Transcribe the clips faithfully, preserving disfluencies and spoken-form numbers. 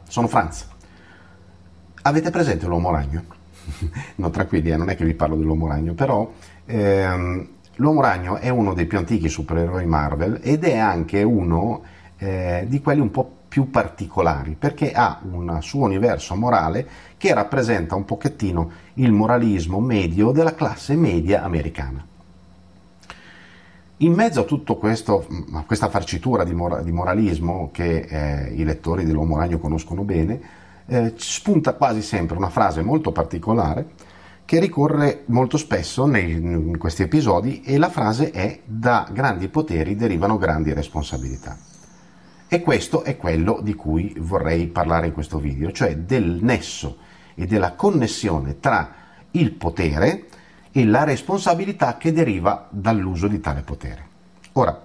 sono Franz. Avete presente l'uomo ragno? No, tranquilli, eh, non è che vi parlo dell'uomo ragno, però ehm, l'uomo ragno è uno dei più antichi supereroi Marvel ed è anche uno eh, di quelli un po' più particolari, perché ha un suo universo morale che rappresenta un pochettino il moralismo medio della classe media americana. In mezzo a tutto questo, a questa farcitura di, mora, di moralismo che eh, i lettori dell'Uomo Ragno conoscono bene, eh, spunta quasi sempre una frase molto particolare che ricorre molto spesso nei, in questi episodi, e la frase è: da grandi poteri derivano grandi responsabilità. E questo è quello di cui vorrei parlare in questo video, cioè del nesso e della connessione tra il potere e la responsabilità che deriva dall'uso di tale potere. Ora,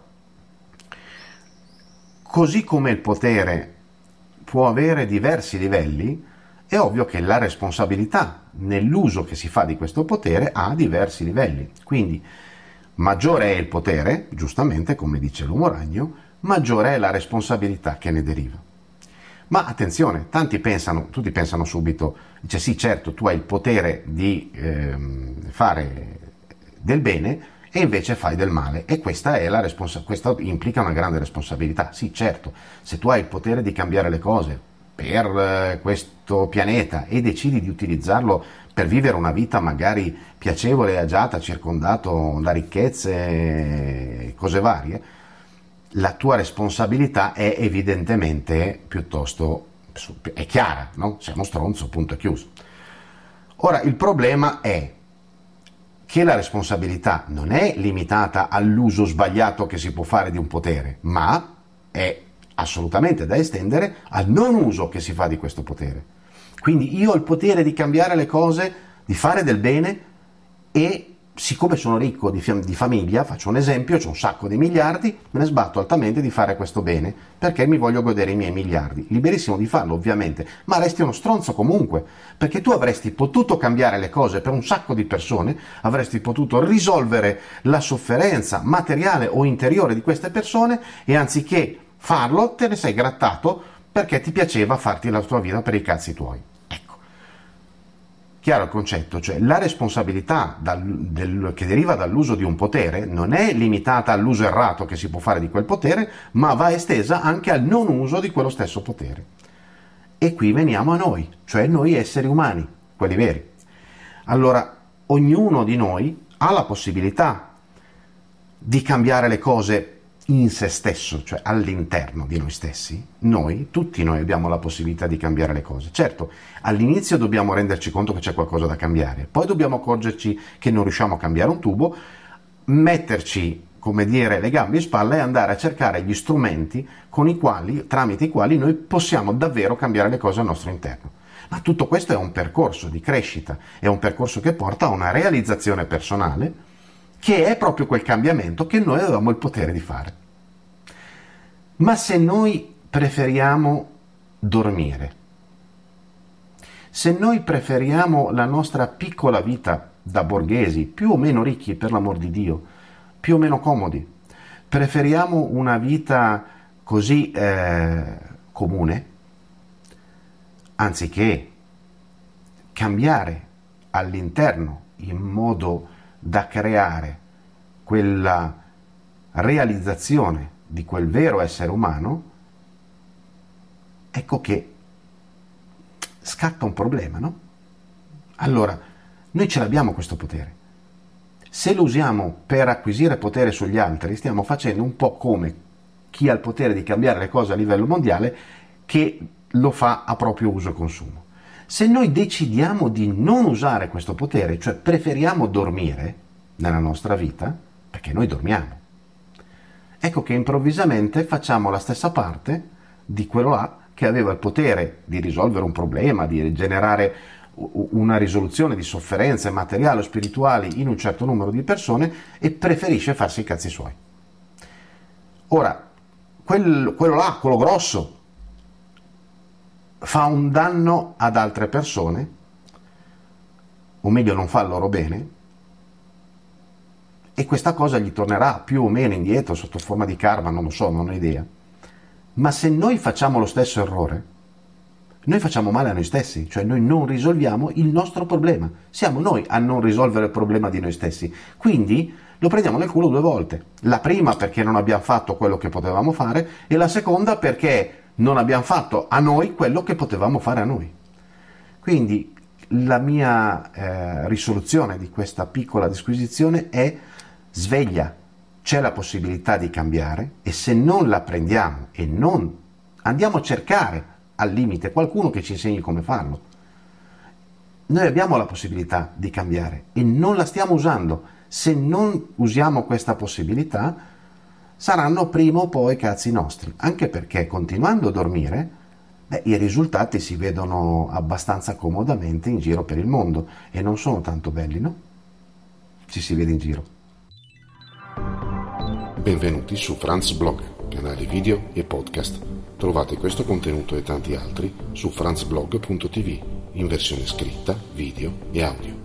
così come il potere può avere diversi livelli, è ovvio che la responsabilità nell'uso che si fa di questo potere ha diversi livelli. Quindi maggiore è il potere, giustamente, come dice l'Uomo Ragno, maggiore è la responsabilità che ne deriva. Ma attenzione, tanti pensano, tutti pensano subito, dice sì, certo, tu hai il potere di ehm, fare del bene e invece fai del male, e questa è la responsa- questo implica una grande responsabilità. Sì, certo, se tu hai il potere di cambiare le cose per eh, questo pianeta e decidi di utilizzarlo per vivere una vita magari piacevole e agiata, circondato da ricchezze e cose varie, la tua responsabilità è evidentemente piuttosto, è chiara, no? Sei uno stronzo, punto e chiuso. Ora, il problema è che la responsabilità non è limitata all'uso sbagliato che si può fare di un potere, ma è assolutamente da estendere al non uso che si fa di questo potere. Quindi io ho il potere di cambiare le cose, di fare del bene, e siccome sono ricco di, fam- di famiglia, faccio un esempio, ho un sacco di miliardi, me ne sbatto altamente di fare questo bene, perché mi voglio godere i miei miliardi. Liberissimo di farlo, ovviamente, ma resti uno stronzo comunque, perché tu avresti potuto cambiare le cose per un sacco di persone, avresti potuto risolvere la sofferenza materiale o interiore di queste persone, e anziché farlo te ne sei grattato perché ti piaceva farti la tua vita per i cazzi tuoi. Chiaro il concetto, cioè la responsabilità dal, del, che deriva dall'uso di un potere non è limitata all'uso errato che si può fare di quel potere, ma va estesa anche al non uso di quello stesso potere. E qui veniamo a noi, cioè noi esseri umani, quelli veri. Allora, ognuno di noi ha la possibilità di cambiare le cose in se stesso, cioè all'interno di noi stessi. Noi, tutti noi abbiamo la possibilità di cambiare le cose. Certo, all'inizio dobbiamo renderci conto che c'è qualcosa da cambiare, poi dobbiamo accorgerci che non riusciamo a cambiare un tubo, metterci, come dire, le gambe in spalla e andare a cercare gli strumenti con i quali, tramite i quali noi possiamo davvero cambiare le cose al nostro interno. Ma tutto questo è un percorso di crescita, è un percorso che porta a una realizzazione personale, che è proprio quel cambiamento che noi avevamo il potere di fare. Ma se noi preferiamo dormire, se noi preferiamo la nostra piccola vita da borghesi, più o meno ricchi, per l'amor di Dio, più o meno comodi, preferiamo una vita così eh, comune, anziché cambiare all'interno in modo da creare quella realizzazione di quel vero essere umano, ecco che scatta un problema, no? Allora, noi ce l'abbiamo questo potere. Se lo usiamo per acquisire potere sugli altri, stiamo facendo un po' come chi ha il potere di cambiare le cose a livello mondiale, che lo fa a proprio uso e consumo. Se noi decidiamo di non usare questo potere, cioè preferiamo dormire nella nostra vita, perché noi dormiamo, ecco che improvvisamente facciamo la stessa parte di quello là che aveva il potere di risolvere un problema, di generare una risoluzione di sofferenze materiali o spirituali in un certo numero di persone, e preferisce farsi i cazzi suoi. Ora, quel, quello là, quello grosso, fa un danno ad altre persone, o meglio non fa il loro bene, e questa cosa gli tornerà più o meno indietro sotto forma di karma, non lo so, non ho idea. Ma se noi facciamo lo stesso errore, noi facciamo male a noi stessi, cioè noi non risolviamo il nostro problema, siamo noi a non risolvere il problema di noi stessi, quindi lo prendiamo nel culo due volte, la prima perché non abbiamo fatto quello che potevamo fare e la seconda perché non abbiamo fatto a noi quello che potevamo fare a noi. Quindi la mia eh, risoluzione di questa piccola disquisizione è: sveglia, c'è la possibilità di cambiare, e se non la prendiamo e non andiamo a cercare al limite qualcuno che ci insegni come farlo, noi abbiamo la possibilità di cambiare e non la stiamo usando. Se non usiamo questa possibilità, saranno prima o poi cazzi nostri, anche perché continuando a dormire, beh, i risultati si vedono abbastanza comodamente in giro per il mondo e non sono tanto belli, no? Ci si vede in giro. Benvenuti su Franz Blog, canale video e podcast. Trovate questo contenuto e tanti altri su franzblog punto tv in versione scritta, video e audio.